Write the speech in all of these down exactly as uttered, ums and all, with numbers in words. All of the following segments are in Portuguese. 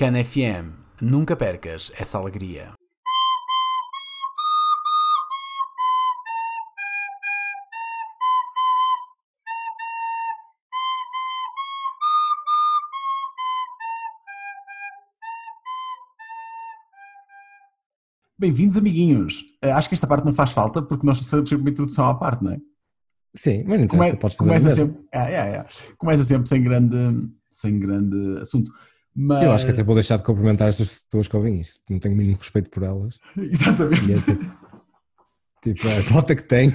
CAN F M. Nunca percas essa alegria. Bem-vindos, amiguinhos. Uh, acho que esta parte não faz falta porque nós fazemos sempre uma introdução à parte, não é? Sim, mas não interessa, Come- podes fazer o começa mesmo. sempre, é, é, é. Começa sempre sem grande, sem grande assunto. Eu acho que Mas, até vou deixar de cumprimentar estas pessoas que ouvem isto, não tenho o mínimo respeito por elas. E é exatamente. tipo, tipo a falta que tem.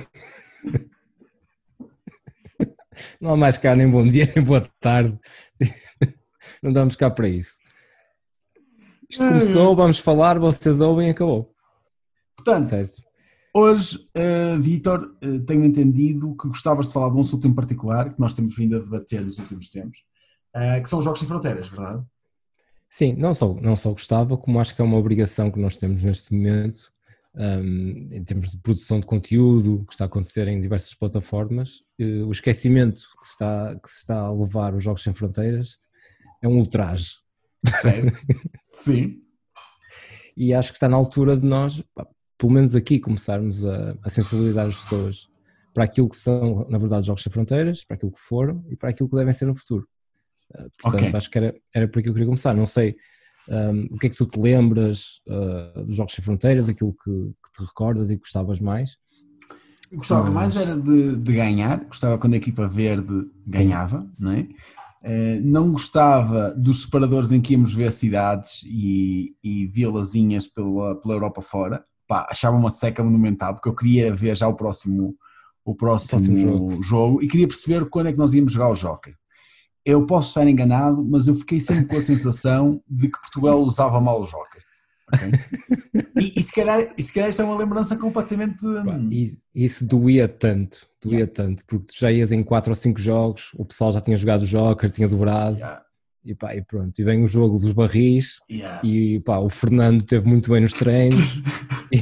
Não há mais cá nem bom dia, nem boa tarde. Não damos cá para isso. Isto começou, vamos falar, vocês ouvem e acabou. Portanto, Certo? hoje, uh, Vítor, uh, tenho entendido que gostavas de falar de um assunto em particular que nós temos vindo a debater nos últimos tempos, uh, que são os Jogos Sem Fronteiras, verdade? Sim, não só, não só gostava, como acho que é uma obrigação que nós temos neste momento, um, em termos de produção de conteúdo, que está a acontecer em diversas plataformas. Uh, o esquecimento que se, está, que se está a levar os Jogos Sem Fronteiras é um ultraje. Certo? Sim. E acho que está na altura de nós, pá, pelo menos aqui, começarmos a, a sensibilizar as pessoas para aquilo que são, na verdade, os Jogos Sem Fronteiras, para aquilo que foram e para aquilo que devem ser no futuro. Uh, Ok. portanto, acho que era, era por aqui que eu queria começar. Não sei um, o que é que tu te lembras uh, dos Jogos Sem Fronteiras, aquilo que, que te recordas e que gostavas mais. Gostava mais Mas, era de, de ganhar, gostava quando a equipa verde sim, ganhava, não é? Eh, não gostava dos separadores em que íamos ver cidades e, e vilazinhas pela, pela Europa fora. Pá, achava uma seca monumental, porque eu queria ver já o próximo, o o próximo jogo. próximo jogo e queria perceber quando é que nós íamos jogar o Joker. Eu posso estar enganado, mas eu fiquei sempre com a sensação de que Portugal usava mal o Joker. Ok? E, e, se calhar, e se calhar esta é uma lembrança completamente. Pá, hum, e isso doía tanto, yeah, doía tanto, porque tu já ias em quatro ou cinco jogos, o pessoal já tinha jogado o Joker, tinha dobrado. yeah, E pá, e pronto, e vem o jogo dos barris yeah. e pá, o Fernando teve muito bem nos treinos e,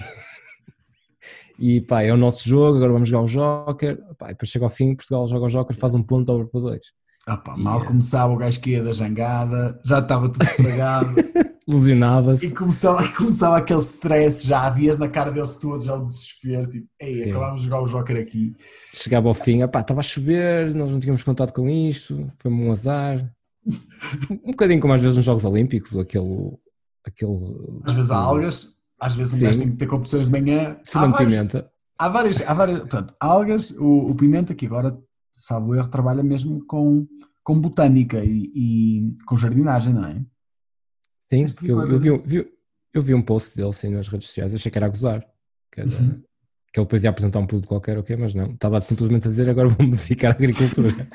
e pá, é o nosso jogo, agora vamos jogar o Joker, pá, e depois chega ao fim, Portugal joga o Joker, faz um ponto over para dois. Opa, E mal uh, começava o gajo que ia da jangada, já estava tudo estragado e lesionava-se, começava, começava aquele stress, já havias na cara deles todos, já o desespero, tipo, ei, sim, acabámos de jogar o Joker aqui. chegava ao fim, pá, estava a chover, nós não tínhamos contado com isto, foi-me um azar, um, um bocadinho como às vezes nos Jogos Olímpicos, aquele, aquele, Às vezes há o, algas, às vezes um gajo tem sim, que ter competições de manhã, há Fernando vários, Pimenta, há várias, há várias, portanto, algas, o, o Pimenta que agora, salvo erro, trabalha mesmo com, com botânica e, e com jardinagem, não é? Mas sim, por que eu, qualquer eu, coisa vi, um- disso? vi, eu vi um post dele assim nas redes sociais, achei que era a gozar, que era, Uhum. que ele depois ia apresentar um produto qualquer, ok, mas não, estava simplesmente a dizer agora vou modificar a agricultura.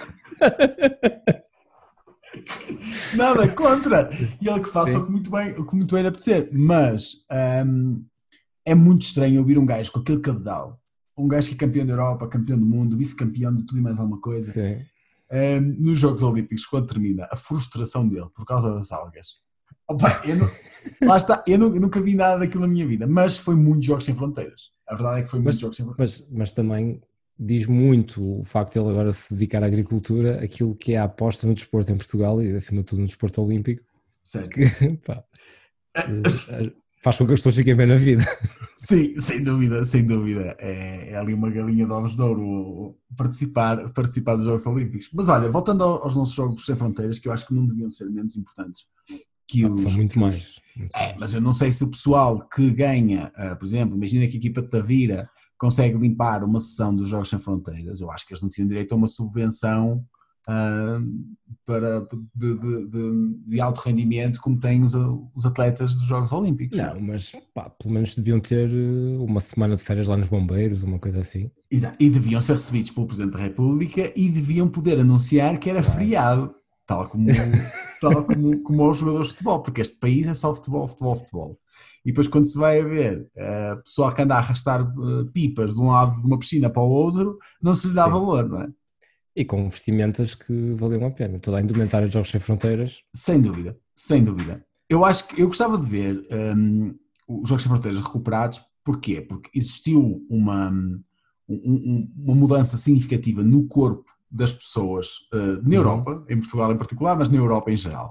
Nada contra, e ele que faça o Sim. que muito bem, o que muito bem lhe apetecer, mas hum, é muito estranho ouvir um gajo com aquele cabedal, um gajo que é campeão da Europa, campeão do mundo, vice-campeão de tudo e mais alguma coisa, Sim. hum, nos Jogos Olímpicos, quando termina, a frustração dele por causa das algas. Opa, eu não, lá está, eu, nu- eu nunca vi nada daquilo na minha vida, mas foi muitos Jogos Sem Fronteiras. A verdade é que foi muitos Mas, Jogos Sem Fronteiras. mas, mas também diz muito o facto de ele agora se dedicar à agricultura, aquilo que é a aposta no desporto em Portugal e acima de tudo no desporto olímpico, Certo. que pá, eh, faz com que as pessoas fiquem bem na vida. Sim, sem dúvida, sem dúvida. É, é ali uma galinha de ovos de ouro participar, participar dos Jogos Olímpicos. Mas olha, voltando ao- aos nossos Jogos Sem Fronteiras, que eu acho que não deviam ser menos importantes que Ah, são os. muito Que os mais, muito é, mais. mas eu não sei se o pessoal que ganha, ah, por exemplo, imagina que a equipa de Tavira consegue limpar uma sessão dos Jogos Sem Fronteiras, eu acho que eles não tinham direito a uma subvenção ah, para, de, de- de- de alto rendimento como têm os, os atletas dos Jogos Olímpicos, não é? Não, mas pá, pelo menos deviam ter eh, uma semana de férias lá nos bombeiros, uma coisa assim. Exato. E deviam ser recebidos pelo Presidente da República e deviam poder anunciar que era Claro. feriado, tal como, tal como, como aos jogadores de futebol, porque este país é só futebol, futebol, futebol. E depois quando se vai a ver uh, pessoal que anda a arrastar uh, pipas de um lado de uma piscina para o outro, não se lhe dá Sim. valor, não é? E com vestimentas que valiam a pena. Toda a indumentária de Jogos Sem Fronteiras, Sem dúvida, sem dúvida. Eu acho que eu gostava de ver um, os Jogos Sem Fronteiras recuperados, porquê? Porque existiu uma, um- um- uma mudança significativa no corpo das pessoas uh, na uhum, Europa, em Portugal em particular, mas na Europa em geral.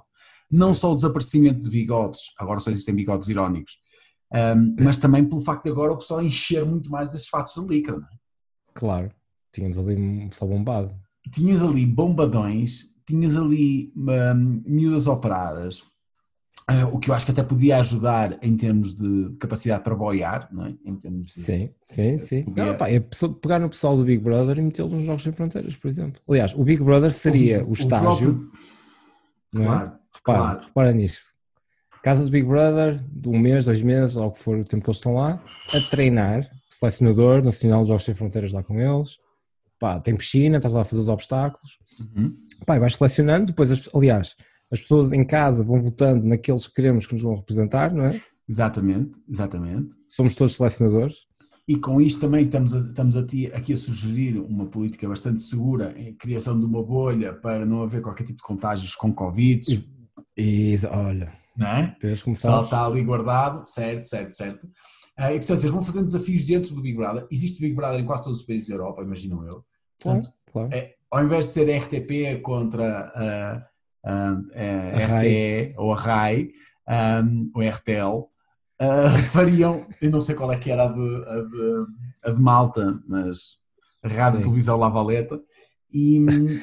não Sim. só o desaparecimento de bigodes, agora só existem bigodes irónicos, um, mas também pelo facto de agora o pessoal encher muito mais esses fatos de licra, não é? Claro, tínhamos ali um pessoal bombado. Tinhas ali bombadões, tinhas ali um, miúdas operadas, uh, o que eu acho que até podia ajudar em termos de capacidade para boiar, não é? Em termos de... Sim, sim, uh, sim. Não, podia... pá, é pegar no pessoal do Big Brother e metê-los nos Jogos Sem Fronteiras, por exemplo. Aliás, o Big Brother o, Big, seria o o estágio, próprio... não é? Claro, Repara, claro. repara nisto. Casa do Big Brother, de um mês, dois meses, ou o que for o tempo que eles estão lá, a treinar, selecionador nacional dos Jogos Sem Fronteiras lá com eles. Pá, tem piscina, estás lá a fazer os obstáculos. Uhum. Pá, e vais selecionando, depois, as, aliás, as pessoas em casa vão votando naqueles que queremos que nos vão representar, não é? Exatamente, exatamente. Somos todos selecionadores. E com isto também estamos, a, estamos a ti, aqui a sugerir uma política bastante segura, em criação de uma bolha para não haver qualquer tipo de contágios com Covid. E, e olha, não é? vês como O pessoal sabes? está ali guardado, certo, certo, certo. Uh, e portanto eles vão fazendo desafios dentro do Big Brother. Existe Big Brother em quase todos os países da Europa, imagino eu. Claro, Portanto, claro. é, ao invés de ser R T P contra uh, uh, uh, R T E ou a RAI um, ou a R T L, uh, fariam, eu não sei qual é que era a de, a de, a de Malta, mas a Rádio Sim. Televisão Lavaleta, e,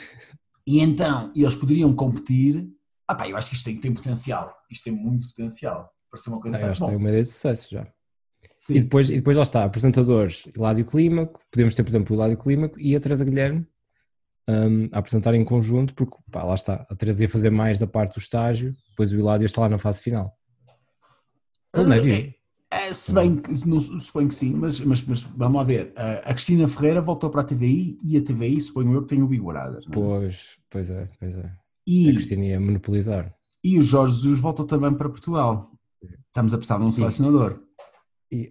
e então eles poderiam competir. Ah pá, eu acho que isto tem, tem potencial, isto tem muito potencial para ser uma coisa Ah, certa. acho que tem uma ideia de sucesso já. Sim. E depois, e depois lá está, apresentadores, Hilário Clímaco, podemos ter, por exemplo, o Hilário Clímaco e a Teresa Guilherme um, a apresentar em conjunto, porque pá, lá está, a Teresa ia fazer mais da parte do estágio, depois o Hilário está lá na fase final. Ele não é vivo. É, é, se, bem que, não, suponho que sim, mas, mas, mas vamos lá ver, a Cristina Ferreira voltou para a T V I e a T V I suponho eu que tem o Big Brother, não é? Pois, pois é, pois é. E, a Cristina ia monopolizar. E o Jorge Jesus voltou também para Portugal. Estamos a precisar de um selecionador. E...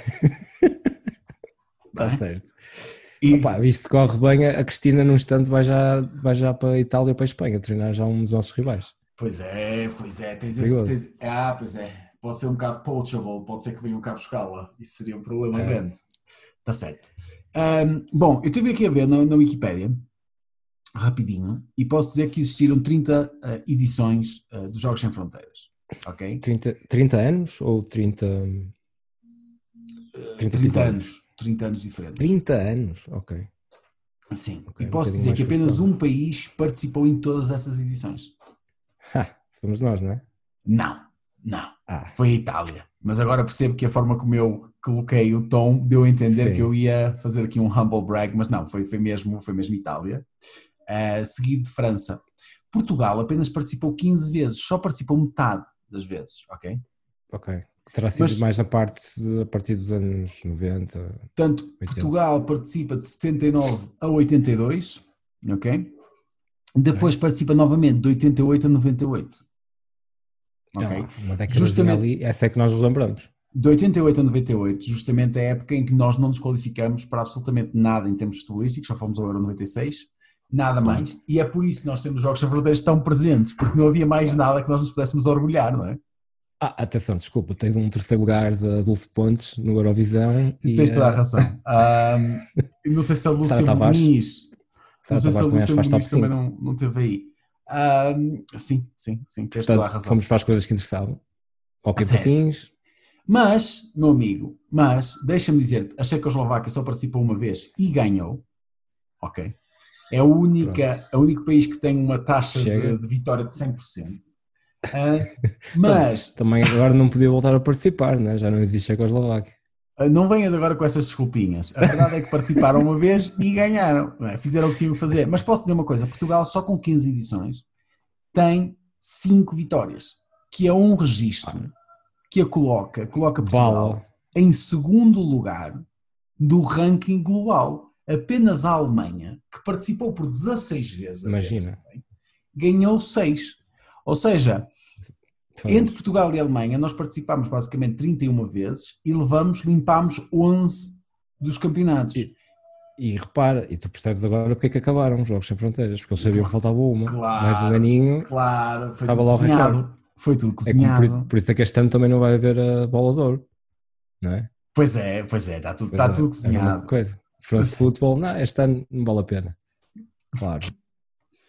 Está é? certo. E... Opa, isto se corre bem, a Cristina num instante vai já, vai já para a Itália ou para a Espanha treinar já um dos nossos rivais. Pois é, pois é. Tens esse, tens... Ah, pois é. Pode ser um bocado poachable, pode ser que venha um bocado buscá-la. Isso seria um problema é. grande. Está certo. Um, bom, eu estive aqui a ver na, na Wikipédia, rapidinho, e posso dizer que existiram trinta uh, edições uh, dos Jogos Sem Fronteiras. Ok? trinta, trinta anos ou trinta... trinta, trinta anos. trinta anos diferentes. trinta anos, ok. Sim, okay e posso um dizer que apenas um país participou em todas essas edições. Ha, somos nós, não é? Não, não. Ah. Foi a Itália. Mas agora percebo que a forma como eu coloquei o tom deu a entender Sim. que eu ia fazer aqui um humble brag, mas não, foi, foi, mesmo, foi mesmo Itália. Uh, seguido de França. Portugal apenas participou quinze vezes, só participou metade das vezes, ok? Ok. Terá sido mas, mais na parte a partir dos anos noventa. Portanto, oitenta. Portugal participa de setenta e nove a oitenta e dois, ok? Depois okay. participa novamente de oitenta e oito a noventa e oito. Ok? Ah, uma década justamente ali, essa é que nós nos lembramos. De oitenta e oito a noventa e oito, justamente a época em que nós não nos qualificamos para absolutamente nada em termos futebolísticos, só fomos ao Euro noventa e seis, nada claro. mais, e é por isso que nós temos os Jogos Sem Fronteiras tão presentes, porque não havia mais claro. nada que nós nos pudéssemos orgulhar, não é? Ah, atenção, desculpa, tens um terceiro lugar de Dulce Pontes no Eurovisão. E tens toda a razão. um, não sei se a Lúcia Muniz, não sei se a Lúcia Muniz também não, não teve aí. Um, sim, sim, sim, tens Portanto, toda a razão. Fomos para as coisas que interessavam. Ok, patins. Mas, meu amigo, mas, deixa-me dizer-te, a Checoslováquia só participou uma vez e ganhou, ok? É a única, é o único país que tem uma taxa de, de vitória de cem por cento. Uh, mas... Também agora não podia voltar a participar, né? Já não existe Checoslováquia. Uh, não venhas agora com essas desculpinhas. A verdade é que participaram uma vez e ganharam. Não é? Fizeram o que tinham que fazer. Mas posso dizer uma coisa, Portugal só com quinze edições tem cinco vitórias, que é um registro que a coloca, coloca Portugal Bala. em segundo lugar do ranking global. Apenas a Alemanha, que participou por dezasseis vezes, imagina, também, ganhou seis. Ou seja, entre Portugal e a Alemanha nós participámos basicamente trinta e uma vezes e levamos, limpámos onze dos campeonatos. E, e repara, e tu percebes agora porque é que acabaram os Jogos Sem Fronteiras, porque eles sabiam claro, que faltava uma, claro, mais um aninho, claro, foi estava tudo lá o cozinhado. recorde. Foi tudo cozinhado. É por, isso, por isso é que este ano também não vai haver a bola de ouro, não é? Pois é, pois é, está tudo, pois está é, tudo cozinhado. Coisa. France Football, não, este ano não vale a pena. Claro.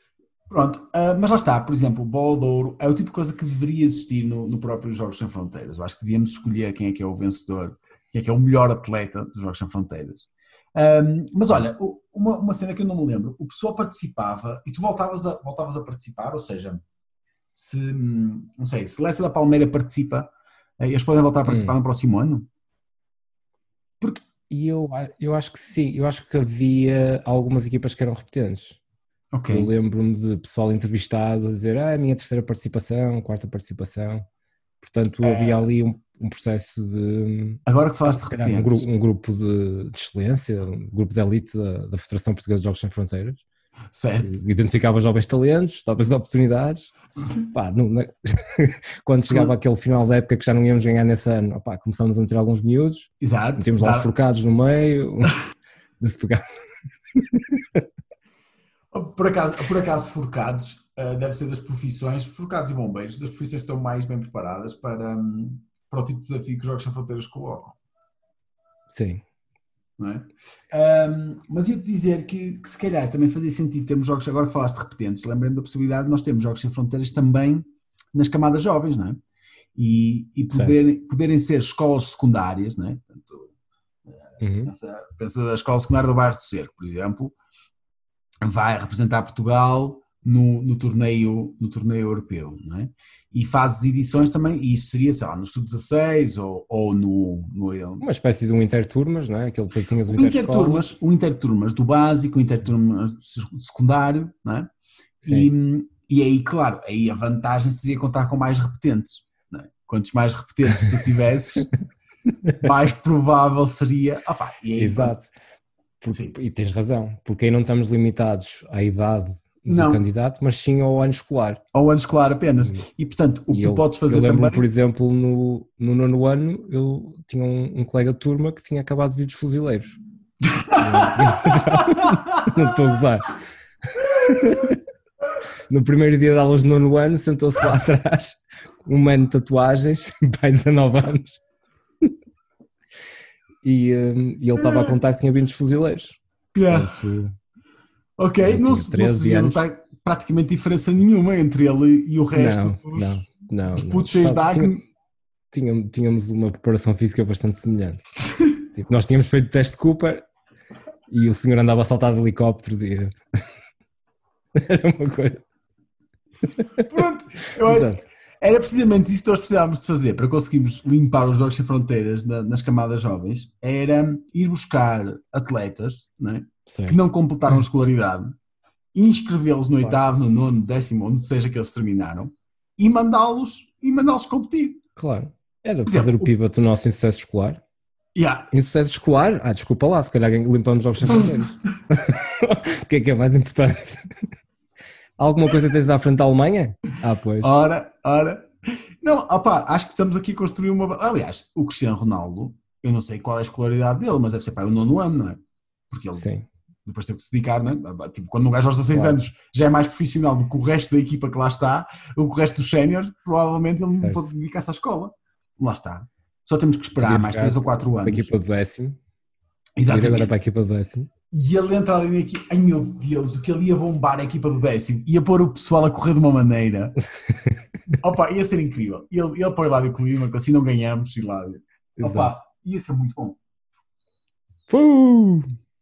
Pronto, uh, mas lá está, por exemplo, bola de ouro é o tipo de coisa que deveria existir no, no próprio Jogos Sem Fronteiras. Eu acho que devíamos escolher quem é que é o vencedor, quem é que é o melhor atleta dos Jogos Sem Fronteiras. Um, mas olha, uma, uma cena que eu não me lembro, o pessoal participava e tu voltavas a, voltavas a participar, ou seja, se, não sei, se Lessa da Palmeira participa, eles podem voltar a participar Hum. no próximo ano? Porque... E eu, eu acho que sim, eu acho que havia algumas equipas que eram repetentes. Ok. Eu lembro-me de pessoal entrevistado a dizer, ah, a minha terceira participação, quarta participação, portanto havia ali um, um processo de, agora que falaste se de calhar um, repetentes. gru, um grupo de, de excelência, um grupo de elite da, da Federação Portuguesa de Jogos Sem Fronteiras, Certo. que identificava jovens talentos, talvez oportunidades. Pá, não, não, quando chegava aquele final da época que já não íamos ganhar nesse ano, opá, começámos a meter alguns miúdos, Exato. metemos lá os forcados no meio, de se pegar. Por acaso, por acaso forcados, uh, deve ser das profissões, forcados e bombeiros, das profissões que estão mais bem preparadas para, um, para o tipo de desafio que os Jogos Sem Fronteiras colocam. Sim. Não é? Um, mas ia-te dizer que, que se calhar também fazia sentido termos jogos, agora que falaste de repetentes, lembrando da possibilidade de nós termos Jogos Sem Fronteiras também nas camadas jovens, não é? E, e poderem, poderem ser escolas secundárias, não é? Portanto, uhum. pensa, pensa a escola secundária do bairro do Cerco, por exemplo, vai representar Portugal no, no, torneio, no torneio europeu, não é? E fazes edições também, e isso seria, sei lá, no sub dezasseis ou, ou no, no... Uma espécie de um interturmas, não é? Aquele depois tinhas o interturmas, interescolas. o interturmas do básico, o interturmas do secundário, não é? E, e aí, claro, aí a vantagem seria contar com mais repetentes, não é? Quantos mais repetentes tu tivesses, mais provável seria... Opa, e aí, exato. Porque, e tens razão, porque aí não estamos limitados à idade do não. candidato, mas sim ao ano escolar. Ao ano escolar apenas. E, portanto, o e que tu eu, podes fazer eu lembro também... por exemplo, no, no nono ano, eu tinha um, um colega de turma que tinha acabado de vir dos fuzileiros. Não estou a gozar. No primeiro dia de aulas do nono ano, sentou-se lá atrás, um mano de tatuagens, pai de dezanove anos, e, um, e ele estava a contar que tinha vindo dos fuzileiros. Yeah. Portanto, ok, não se, não se devia notar praticamente diferença nenhuma entre ele e o resto não, dos, não, não, dos não. putos cheios de acne. Tínhamos, tínhamos uma preparação física bastante semelhante. Tipo, nós tínhamos feito o teste de Cooper e o senhor andava a saltar de helicópteros e era uma coisa. Pronto, eu acho que era precisamente isso que nós precisávamos de fazer para conseguirmos limpar os Jogos Sem Fronteiras na, nas camadas jovens, era ir buscar atletas, não é? Que não completaram a escolaridade, inscrevê-los no oitavo, no nono, décimo, onde seja que eles terminaram, e mandá-los e mandá-los competir. Claro, era Por fazer exemplo, o pivot do nosso insucesso escolar. Yeah. Insucesso escolar? Ah, desculpa lá, se calhar limpamos Jogos Sem Fronteiras. O que é que é mais importante? Alguma coisa tens à frente da Alemanha? Ah, pois. Ora, ora. Não, opa, acho que estamos aqui a construir uma... Aliás, o Cristiano Ronaldo, eu não sei qual é a escolaridade dele, mas deve ser para o nono ano, não é? Porque ele Sim. depois teve que se dedicar, não é? Tipo, quando um gajo aos dezasseis claro. anos já é mais profissional do que o resto da equipa que lá está, ou que o resto dos séniores, provavelmente ele certo. Não pode dedicar-se à escola. Lá está. Só temos que esperar mais três ou quatro anos. A equipa do décimo. Exatamente. Ir agora para a equipa do décimo. E ele entra ali na equipa, ai meu Deus, o que ele ia bombar a equipa do décimo, ia pôr o pessoal a correr de uma maneira, opa, ia ser incrível. Ele, ele põe lá do clima, assim não ganhamos, e lá, opa, ia ser muito bom. Uh!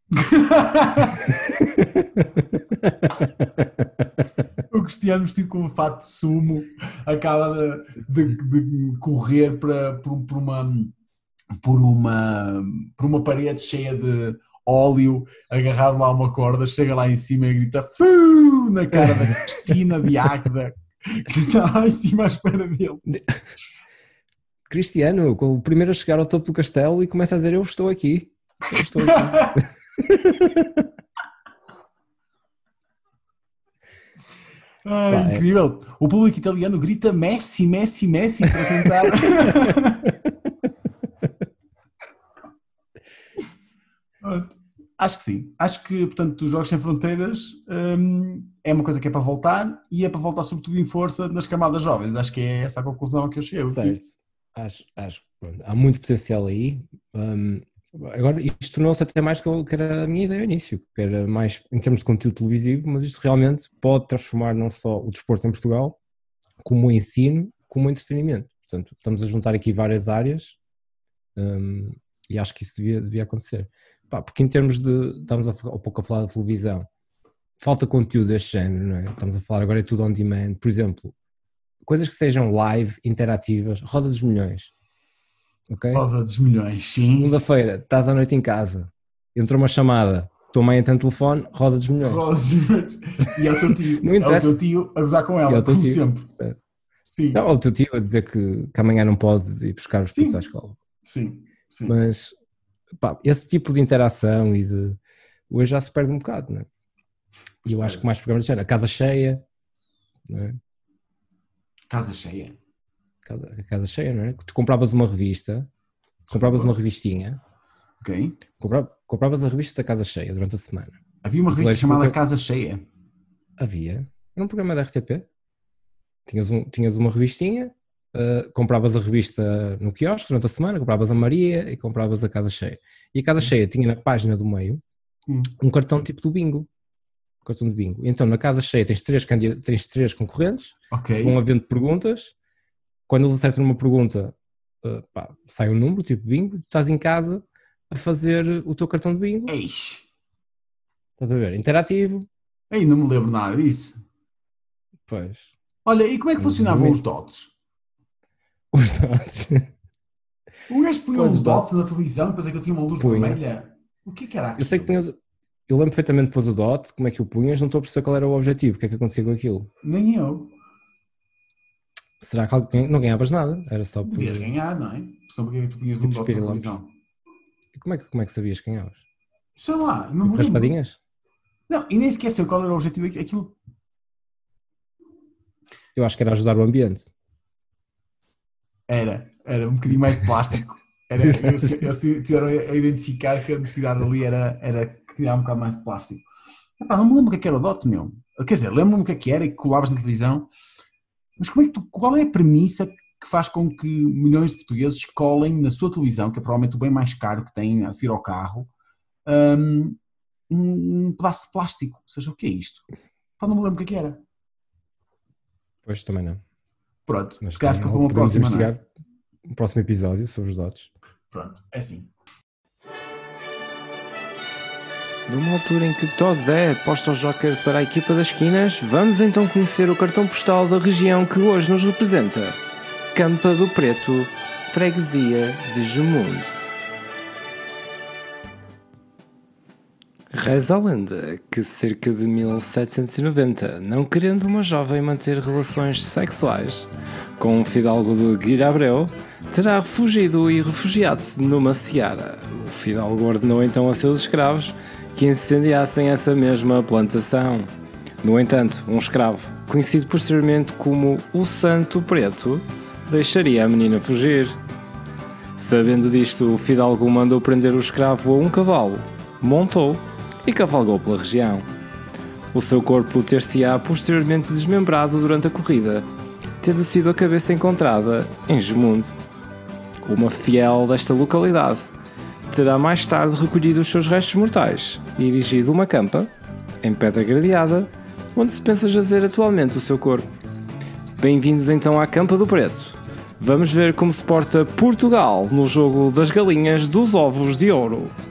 O Cristiano vestido com um fato de sumo acaba de, de, de correr para, por, por, uma, por, uma, por uma parede cheia de óleo, agarrado lá a uma corda, chega lá em cima e grita Fuu! Na cara da Cristina de Águeda que está lá em cima à espera dele. Cristiano, o primeiro a chegar ao topo do castelo e começa a dizer eu estou aqui, eu estou aqui. Ah, Pá, incrível, é. O público italiano grita Messi, Messi, Messi para tentar acho que sim, acho que portanto os Jogos Sem Fronteiras hum, é uma coisa que é para voltar e é para voltar sobretudo em força nas camadas jovens, acho que é essa a conclusão a que eu chego. Certo, acho, acho pronto, há muito potencial aí, um, Agora, isto tornou-se até mais que, eu, que era a minha ideia ao início, que era mais em termos de conteúdo televisivo, mas isto realmente pode transformar não só o desporto em Portugal, como o ensino, como o entretenimento. Portanto, estamos a juntar aqui várias áreas um, e acho que isso devia, devia acontecer. Pá, porque em termos de, estamos há pouco a falar da televisão, falta conteúdo deste género, não é? Estamos a falar agora é tudo on demand, por exemplo, coisas que sejam live, interativas, roda dos milhões. Okay? Roda dos milhões, sim. Segunda-feira, estás à noite em casa, entrou uma chamada, tua mãe entra no telefone, roda dos milhões. Roda dos milhões. E é o teu tio, não é o teu tio a gozar com ela, como tio, sempre. Sim. Não, o teu tio a dizer que, que amanhã não pode ir buscar os filhos à escola. Sim, sim. Mas pá, esse tipo de interação e de hoje já se perde um bocado, não é? E eu acho que mais programas de género, a casa cheia, não é? Casa cheia? Casa, a casa cheia, não é? Que tu compravas uma revista, compravas uma revistinha, ok? Comprava, compravas a revista da Casa Cheia durante a semana. Havia uma revista chamada Casa Cheia? Havia, era um programa da R T P. Tinhas, um, tinhas uma revistinha, uh, compravas a revista no quiosque durante a semana, compravas a Maria e compravas a Casa Cheia. E a Casa hum. Cheia tinha na página do meio hum. um cartão tipo do bingo. Um cartão de bingo. Então na Casa Cheia tens três, tens três concorrentes, okay. vão havendo perguntas. Quando eles acertam uma pergunta, uh, pá, sai um número, tipo bingo, estás em casa a fazer o teu cartão de bingo. Eixe. Estás a ver? Interativo. Ei, não me lembro nada disso. Pois. Olha, e como é que funcionavam os dots? Os dots? O gajo punha um dot na televisão, depois é que eu tinha uma luz punha. vermelha. O que é que era aquilo? Eu sei que tinhas... Eu lembro perfeitamente depois o dot, como é que o punhas, não estou a perceber qual era o objetivo, o que é que acontecia com aquilo. Nem eu. Será que não ganhavas nada? Era só por... Devias ganhar, não é? Só porque tu punhas um dot na televisão. E como é, que, como é que sabias que ganhavas? Sei lá, não me raspadinhas? Não, e nem esqueceu qual era o objetivo daquilo. Eu acho que era ajudar o ambiente. Era, era um bocadinho mais de plástico. Era, eles tiveram a identificar que a necessidade ali era, era criar um bocado mais de plástico. Epá, não me lembro o que é que era o dot, meu. Quer dizer, lembro-me o que é que era e que colavas na televisão. Mas como é que tu, qual é a premissa que faz com que milhões de portugueses colhem na sua televisão, que é provavelmente o bem mais caro que têm a seguir ao carro, um, um pedaço de plástico? Ou seja, o que é isto? Pá, não me lembro o que é que era. Pois, também não. Pronto, mas se calhar fica para uma próxima, investigar um próximo episódio sobre os dots. Pronto, é assim. Numa altura em que Tozé posta o joker para a equipa das esquinas, vamos então conhecer o cartão postal da região que hoje nos representa. Campa do Preto, freguesia de Gemundo. Reza a lenda que cerca de mil setecentos e noventa, não querendo uma jovem manter relações sexuais com um fidalgo de Guirabreu, terá refugido e refugiado-se numa seara. O fidalgo ordenou então a seus escravos que incendiassem essa mesma plantação. No entanto, um escravo, conhecido posteriormente como o Santo Preto, deixaria a menina fugir. Sabendo disto, o fidalgo mandou prender o escravo a um cavalo, montou e cavalgou pela região. O seu corpo ter-se-á posteriormente desmembrado durante a corrida, tendo sido a cabeça encontrada em Gemundo. Uma fiel desta localidade terá mais tarde recolhido os seus restos mortais e erigido uma campa, em pedra gradeada, onde se pensa jazer atualmente o seu corpo. Bem-vindos então à Campa do Preto. Vamos ver como se porta Portugal no jogo das galinhas dos ovos de ouro.